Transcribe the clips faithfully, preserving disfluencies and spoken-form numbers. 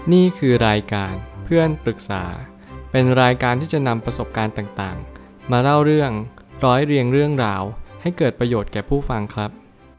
นี่คือรายการเพื่อนปรึกษาเป็นรายการที่จะนำประสบการณ์ต่างๆมาเล่าเรื่องร้อยเรียงเรื่องราวให้เกิดประโยชน์แก่ผู้ฟังครับ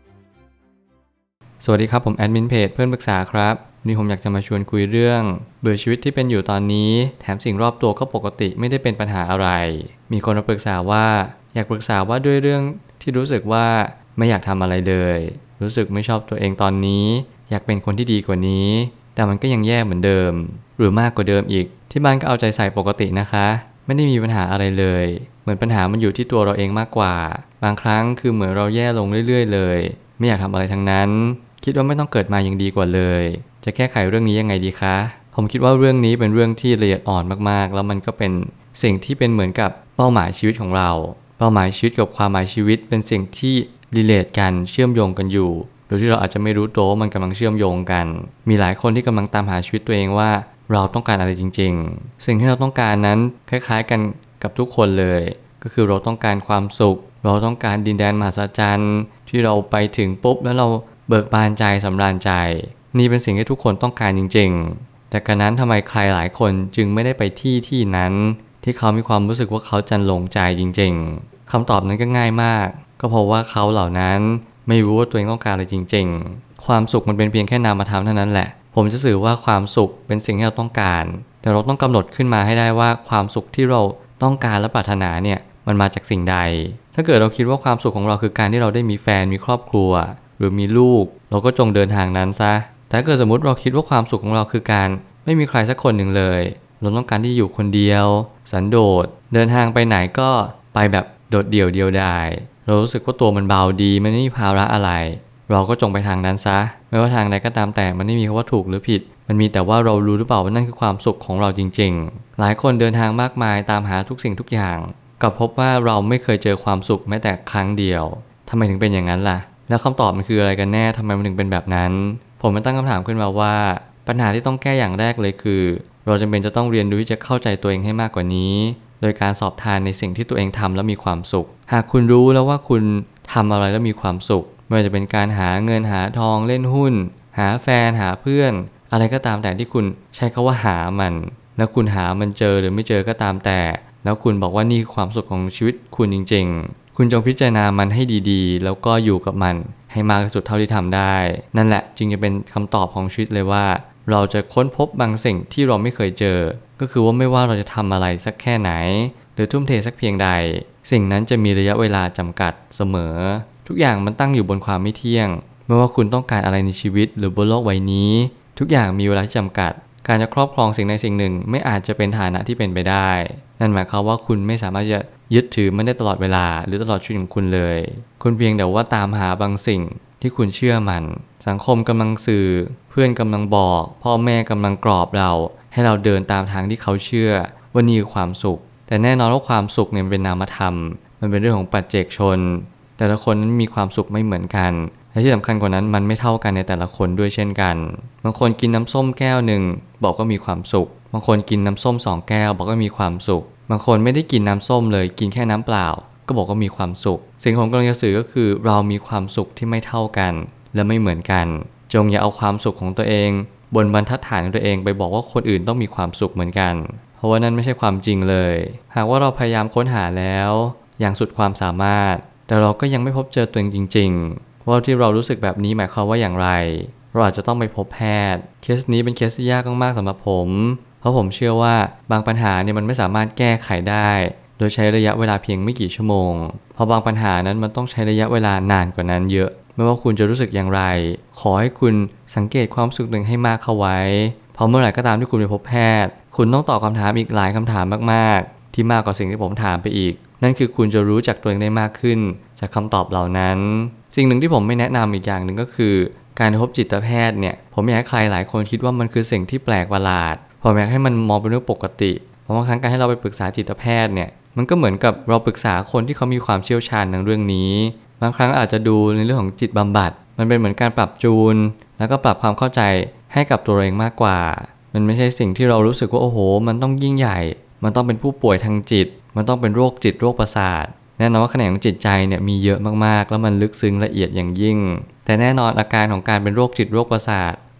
สวัสดีครับผมแอดมินเพจเพื่อนปรึกษาครับวันนี้ผมอยากจะมาชวนคุยเรื่องเบื่อชีวิตที่เป็นอยู่ตอนนี้แถมสิ่งรอบตัวก็ปกติไม่ได้เป็นปัญหาอะไรมีคนมาปรึกษาว่าอยากปรึกษาว่าด้วยเรื่องที่รู้สึกว่าไม่อยากทำอะไรเลยรู้สึกไม่ชอบตัวเองตอนนี้อยากเป็นคนที่ดีกว่านี้แต่มันก็ยังแย่เหมือนเดิมหรือมากกว่าเดิมอีกที่บ้านก็เอาใจใส่ปกตินะคะไม่ได้มีปัญหาอะไรเลยเหมือนปัญหามันอยู่ที่ตัวเราเองมากกว่าบางครั้งคือเหมือนเราแย่ลงเรื่อยๆเลยไม่อยากทำอะไรทั้งนั้นคิดว่าไม่ต้องเกิดมายังดีกว่าเลยจะแก้ไขเรื่องนี้ยังไงดีคะผมคิดว่าเรื่องนี้เป็นเรื่องที่ละเอียดอ่อนมากๆแล้วมันก็เป็นสิ่งที่เป็นเหมือนกับเป้าหมายชีวิตของเราเป้าหมายชีวิตกับความหมายชีวิตเป็นสิ่งที่รีเลทกันเชื่อมโยงกันอยู่โดยที่เราอาจจะไม่รู้ตัวว่ามันกำลังเชื่อมโยงกันมีหลายคนที่กำลังตามหาชีวิตตัวเองว่าเราต้องการอะไรจริงๆสิ่งที่เราต้องการนั้นคล้ายๆกันกับทุกคนเลยก็คือเราต้องการความสุขเราต้องการดินแดนมหัศจรรย์ที่เราไปถึงปุ๊บแล้วเราเบิกบานใจสำราญใจนี่เป็นสิ่งที่ทุกคนต้องการจริงๆแต่กระนั้นทำไมใครหลายคนจึงไม่ได้ไปที่ที่นั้นที่เขามีความรู้สึกว่าเขาจันลงใจจริงๆคำตอบนั้นก็ง่ายมากก็เพราะว่าเขาเหล่านั้นไม่รู้ว่าตัวเองต้องการอะไรจริงๆความสุขมันเป็นเพียงแค่นามธรรมเท่านั้นแหละผมจะสื่อว่าความสุขเป็นสิ่งที่เราต้องการแต่เราต้องกำหนดขึ้นมาให้ได้ว่าความสุขที่เราต้องการและปรารถนาเนี่ยมันมาจากสิ่งใดถ้าเกิดเราคิดว่าความสุขของเราคือการที่เราได้มีแฟนมีครอบครัวหรือมีลูกเราก็จงเดินทางนั้นซะแต่ถ้าเกิดสมมติเราคิดว่าความสุขของเราคือการไม่มีใครสักคนหนึ่งเลยเราต้องการที่อยู่คนเดียวสันโดษเดินทางไปไหนก็ไปแบบโดดเดี่ยวเดียวดายเรารู้สึกว่าตัวมันเบาดีมันไม่มีภาระอะไรเราก็จงไปทางนั้นซะไม่ว่าทางใดก็ตามแต่มันไม่มีคำว่าถูกหรือผิดมันมีแต่ว่าเรารู้หรือเปล่าว่านั่นคือความสุขของเราจริงๆหลายคนเดินทางมากมายตามหาทุกสิ่งทุกอย่างกลับพบว่าเราไม่เคยเจอความสุขแม้แต่ครั้งเดียวทำไมถึงเป็นอย่างนั้นล่ะแล้วคำตอบมันคืออะไรกันแน่ทำไมมันถึงเป็นแบบนั้นผมมันตั้งคำถามขึ้นมาว่าปัญหาที่ต้องแก้อย่างแรกเลยคือเราจำเป็นจะต้องเรียนรู้ที่จะเข้าใจตัวเองให้มากกว่านี้โดยการสอบทานในสิ่งที่ตัวเองทำแล้วมีความสุขหากคุณรู้แล้วว่าคุณทำอะไรแล้วมีความสุขไม่ว่าจะเป็นการหาเงินหาทองเล่นหุ้นหาแฟนหาเพื่อนอะไรก็ตามแต่ที่คุณใช้คำว่าหามันแล้วคุณหามันเจอหรือไม่เจอก็ตามแต่แล้วคุณบอกว่านี่คือความสุขของชีวิตคุณจริงๆคุณจงพิจารณามันให้ดีๆแล้วก็อยู่กับมันให้มากที่สุดเท่าที่ทำได้นั่นแหละจึงจะเป็นคำตอบของชีวิตเลยว่าเราจะค้นพบบางสิ่งที่เราไม่เคยเจอก็คือว่าไม่ว่าเราจะทำอะไรสักแค่ไหนหรือทุ่มเทสักเพียงใดสิ่งนั้นจะมีระยะเวลาจำกัดเสมอทุกอย่างมันตั้งอยู่บนความไม่เที่ยงไม่ว่าคุณต้องการอะไรในชีวิตหรือบนโลกใบนี้ทุกอย่างมีเวลาที่จำกัดการจะครอบครองสิ่งใดสิ่งหนึ่งไม่อาจจะเป็นฐานะที่เป็นไปได้นั่นหมายความว่าคุณไม่สามารถจะยึดถือมันได้ตลอดเวลาหรือตลอดชีวิตของคุณเลยคุณเพียงแต่ว่าตามหาบางสิ่งที่คุณเชื่อมันสังคมกำลังสื่อเพื่อนกำลังบอกพ่อแม่กำลังกรอบเราให้เราเดินตามทางที่เขาเชื่อว่านี่คือความสุขแต่แน่นอนว่าความสุขเนี่ยเป็นนามธรรมมันเป็นเรื่องของปัจเจกชนแต่ละคนนั้นมีความสุขไม่เหมือนกันและที่สำคัญกว่านั้นมันไม่เท่ากันในแต่ละคนด้วยเช่นกันบางคนกินน้ำส้มแก้วหนึ่งบอกว่ามีความสุขบางคนกินน้ำส้มสองแก้วบอกว่ามีความสุขบางคนไม่ได้กินน้ำส้มเลยกินแค่น้ำเปล่าก็บอกว่ามีความสุขสิ่งที่ผมกำลังจะสื่อก็คือเรามีความสุขที่ไม่เท่ากันและไม่เหมือนกันจงอย่าเอาความสุขของตัวเองบนบรรทัดฐานของตัวเองไปบอกว่าคนอื่นต้องมีความสุขเหมือนกันเพราะว่านั่นไม่ใช่ความจริงเลยหากว่าเราพยายามค้นหาแล้วอย่างสุดความสามารถแต่เราก็ยังไม่พบเจอตัวเองจริงๆว่าที่เรารู้สึกแบบนี้หมายความว่าอย่างไรเราอาจจะต้องไปพบแพทย์เคสนี้เป็นเคสที่ยากมากๆสำหรับผมเพราะผมเชื่อว่าบางปัญหาเนี่ยมันไม่สามารถแก้ไขได้โดยใช้ระยะเวลาเพียงไม่กี่ชั่วโมงเพราะบางปัญหานั้นมันต้องใช้ระยะเวลานานกว่านั้นเยอะไม่ว่าคุณจะรู้สึกอย่างไรขอให้คุณสังเกตความรู้สึกหนึ่งให้มากเข้าไว้เพราะเมื่อไหร่ก็ตามที่คุณไปพบแพทย์คุณต้องตอบคำถามอีกหลายคำถามมากๆที่มากกว่าสิ่งที่ผมถามไปอีกนั่นคือคุณจะรู้จักตัวเองได้มากขึ้นจากคำตอบเหล่านั้นสิ่งหนึ่งที่ผมไม่แนะนำอีกอย่างหนึ่งก็คือการพบจิตแพทย์เนี่ยผมอยากให้ใครหลายคนคิดว่ามันคือสิ่งที่แปลกประหลาดผมอยากให้มันมองเป็นเรื่องปกติเพราะบางครั้งการให้เราไปปรึกษาจิตแพทย์เนี่ยมันก็เหมือนกับเราปรึกษาคนที่เขามีความเชี่ยวชาญในเรื่องนี้บางครั้งอาจจะดูในเรื่องของจิตบำบัดมันเป็นเหมือนการปรับจูนแล้วก็ปรับความเข้าใจให้กับตัวเองมากกว่ามันไม่ใช่สิ่งที่เรารู้สึกว่าโอ้โหมันต้องยิ่งใหญ่มันต้องเป็นผู้ป่วยทางจิตมันต้องเป็นโรคจิตโรคประสาทแน่นอนว่าแขนงของจิตใจเนี่ยมีเยอะมากๆแล้วมันลึกซึ้งละเอียดอย่างยิ่งแต่แน่นอนอาการของการเป็นโรคจิตโรคประสาท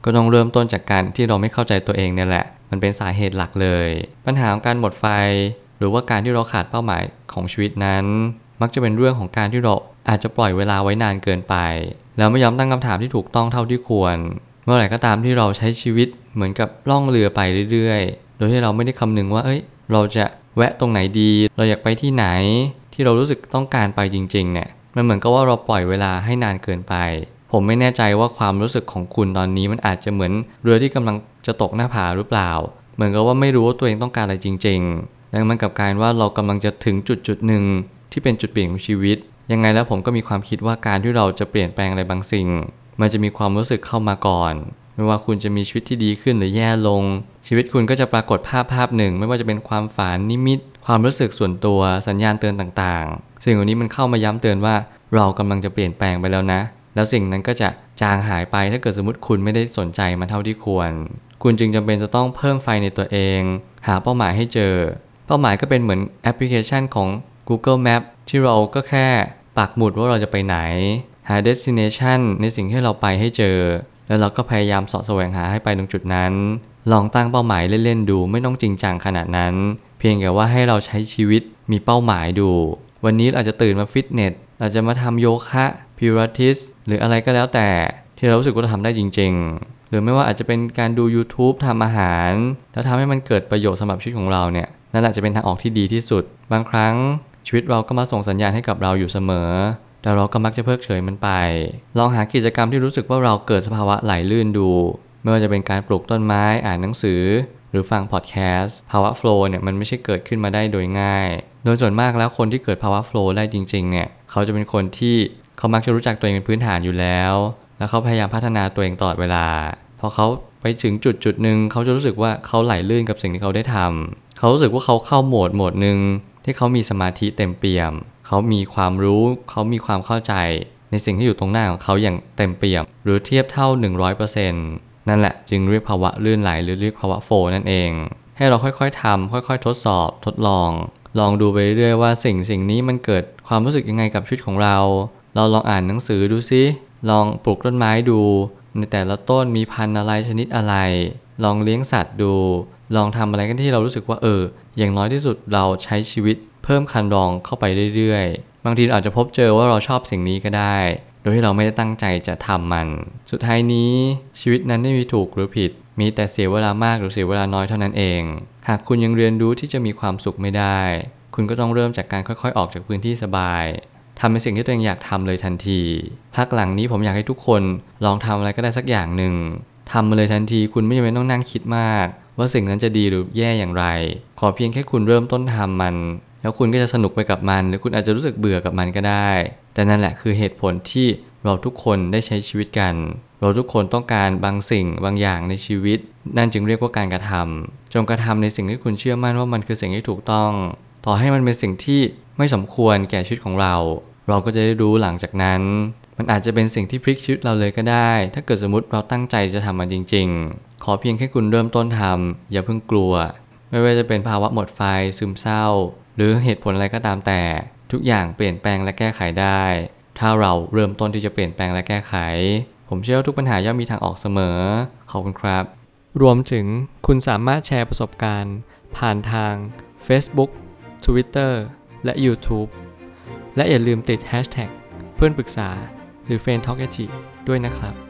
ก็ต้องเริ่มต้นจากการที่เราไม่เข้าใจตัวเองเนี่ยแหละมันเป็นสาเหตุหลักเลยปัญหาของการหมดไฟหรือว่าการที่เราขาดเป้าหมายของชีวิตนั้นมักจะเป็นเรื่องของการที่เราอาจจะปล่อยเวลาไว้นานเกินไปแล้วไม่ยอมตั้งคำถามที่ถูกต้องเท่าที่ควรเมื่อไหร่ก็ตามที่เราใช้ชีวิตเหมือนกับล่องเรือไปเรื่อยๆโดยที่เราไม่ได้คำนึงว่าเอ้ยเราจะแวะตรงไหนดีเราอยากไปที่ไหนที่เรารู้สึกต้องการไปจริงๆเนี่ยมันเหมือนกับว่าเราปล่อยเวลาให้นานเกินไปผมไม่แน่ใจว่าความรู้สึกของคุณตอนนี้มันอาจจะเหมือนเรือที่กำลังจะตกหน้าผาหรือเปล่าเหมือนกับว่าไม่รู้ว่าตัวเองต้องการอะไรจริงๆดังนั้นกับการว่าเรากำลังจะถึงจุดจุดหนึ่งที่เป็นจุดเปลี่ยนของชีวิตยังไงแล้วผมก็มีความคิดว่าการที่เราจะเปลี่ยนแปลงอะไรบางสิ่งมันจะมีความรู้สึกเข้ามาก่อนไม่ว่าคุณจะมีชีวิตที่ดีขึ้นหรือแย่ลงชีวิตคุณก็จะปรากฏภาพภาพหนึ่งไม่ว่าจะเป็นความฝันนิมิตความรู้สึกส่วนตัวสัญญาณเตือนต่างๆสิ่งเหล่านี้มันเข้ามาย้ำเตือนว่าเรากำลังจะเปลี่ยนแปลงไปแล้วนะแล้วสิ่งนั้นก็จะจางหายไปถ้าเกิดสมมติคุณไม่ได้สนใจมันเท่าที่ควรคุณจึงจำเป็นจะต้องเพิ่มไฟในตัวเองหาเป้าหมายให้เจอเป้าหมายก็เป็นเหมือนแอปพลิเคชันของ Google Map ที่เราก็แค่ปักหมุดว่าเราจะไปไหนหา destination ในสิ่งที่เราไปให้เจอแล้วเราก็พยายามเสาะแสวงหาให้ไปตรงจุดนั้นลองตั้งเป้าหมายเล่นๆดูไม่ต้องจริงจังขนาดนั้นเพียงแต่ว่าให้เราใช้ชีวิตมีเป้าหมายดูวันนี้อาจจะตื่นมาฟิตเนสอาจจะมาทำโยคะพิลาทิสหรืออะไรก็แล้วแต่ที่เรารู้สึกว่าเราทำได้จริงๆหรือไม่ว่าอาจจะเป็นการดู YouTube ทำอาหารแล้วทำให้มันเกิดประโยชน์สำหรับชีวิตของเราเนี่ยนั่นแหละจะเป็นทางออกที่ดีที่สุดบางครั้งชีวิตเราก็มาส่งสัญญาณให้กับเราอยู่เสมอแต่เราก็มักจะเพิกเฉยมันไปลองหากิจกรรมที่รู้สึกว่าเราเกิดสภาวะไหลลื่นดูไม่ว่าจะเป็นการปลูกต้นไม้อ่านหนังสือหรือฟังพอดแคสต์ภาวะโฟลว์เนี่ยมันไม่ใช่เกิดขึ้นมาได้โดยง่ายโดยส่วนมากแล้วคนที่เกิดภาวะโฟลว์ได้จริงๆเนี่ยเขาจะเป็นคนที่เขามักจะรู้จักตัวเองเป็นพื้นฐานอยู่แล้วแล้วเขาพยายามพัฒนาตัวเองตลอดเวลาพอเขาไปถึงจุดจุดหนึ่งเขาจะรู้สึกว่าเขาไหลลื่นกับสิ่งที่เขาได้ทำเขารู้สึกว่าเขาเข้าโหมดโหมดหนึ่งที่เขามีสมาธิเต็มเปี่ยมเขามีความรู้เขามีความเข้าใจในสิ่งที่อยู่ตรงหน้าของเขาอย่างเต็มเปี่ยมหรือเทียบเท่า หนึ่งร้อยเปอร์เซ็นต์ นั่นแหละจึงเรียกภาวะลื่นไหลหรือเรียกภาวะโฟลว์นั่นเองให้เราค่อยๆทำค่อยๆทดสอบทดลองลองดูไปเรื่อยๆว่าสิ่งสิ่งนี้มันเกิดความรู้สึกยังไงกับชีวิตของเราเราลองอ่านหนังสือดูซิลองปลูกต้นไม้ดูในแต่ละต้นมีพันธุ์อะไรชนิดอะไรลองเลี้ยงสัตว์ดูลองทำอะไรกันที่เรารู้สึกว่าเอออย่างน้อยที่สุดเราใช้ชีวิตเพิ่มคันรองเข้าไปเรื่อยๆบางทีอาจจะพบเจอว่าเราชอบสิ่งนี้ก็ได้โดยที่เราไม่ได้ตั้งใจจะทำมันสุดท้ายนี้ชีวิตนั้นไม่มีถูกหรือผิดมีแต่เสียเวลามากหรือเสียเวลาน้อยเท่านั้นเองหากคุณยังเรียนรู้ที่จะมีความสุขไม่ได้คุณก็ต้องเริ่มจากการค่อยๆออกจากพื้นที่สบายทำในสิ่งที่ตัวเองอยากทำเลยทันทีพักหลังนี้ผมอยากให้ทุกคนลองทำอะไรก็ได้สักอย่างหนึ่งทำมาเลยทันทีคุณไม่จำเป็นต้องนั่งคิดมากว่าสิ่งนั้นจะดีหรือแย่อย่างไรขอเพียงแค่คุณเริ่มต้นทำมันแล้วคุณก็จะสนุกไปกับมันหรือคุณอาจจะรู้สึกเบื่อกับมันก็ได้แต่นั่นแหละคือเหตุผลที่เราทุกคนได้ใช้ชีวิตกันเราทุกคนต้องการบางสิ่งบางอย่างในชีวิตนั่นจึงเรียกว่าการกระทำจงกระทำในสิ่งที่คุณเชื่อมั่นว่ามันคือสิ่งที่ถูกต้องต่อให้มันเป็นสิ่งที่ไม่สมควรแก่ชีวิตของเราเราก็จะได้รู้หลังจากนั้นมันอาจจะเป็นสิ่งที่พลิกชีวิตเราเลยก็ได้ถ้าเกิดสมมติเราตั้งใจจะทำมันจริงๆขอเพียงแค่คุณเริ่มต้นทำอย่าเพิ่งกลัวไม่ว่าจะเป็นภาวะหมดไฟซึมเศร้าหรือเหตุผลอะไรก็ตามแต่ทุกอย่างเปลี่ยนแปลงและแก้ไขได้ถ้าเราเริ่มต้นที่จะเปลี่ยนแปลงและแก้ไขผมเชื่อว่าทุกปัญหาย่อมมีทางออกเสมอขอบคุณครับรวมถึงคุณสามารถแชร์ประสบการณ์ผ่านทาง Facebook Twitter และ YouTube และอย่าลืมติด แฮชแท็ก เพื่อนปรึกษาหรือ เฟรนด์ ทอล์ก แอท จี ด้วยนะครับ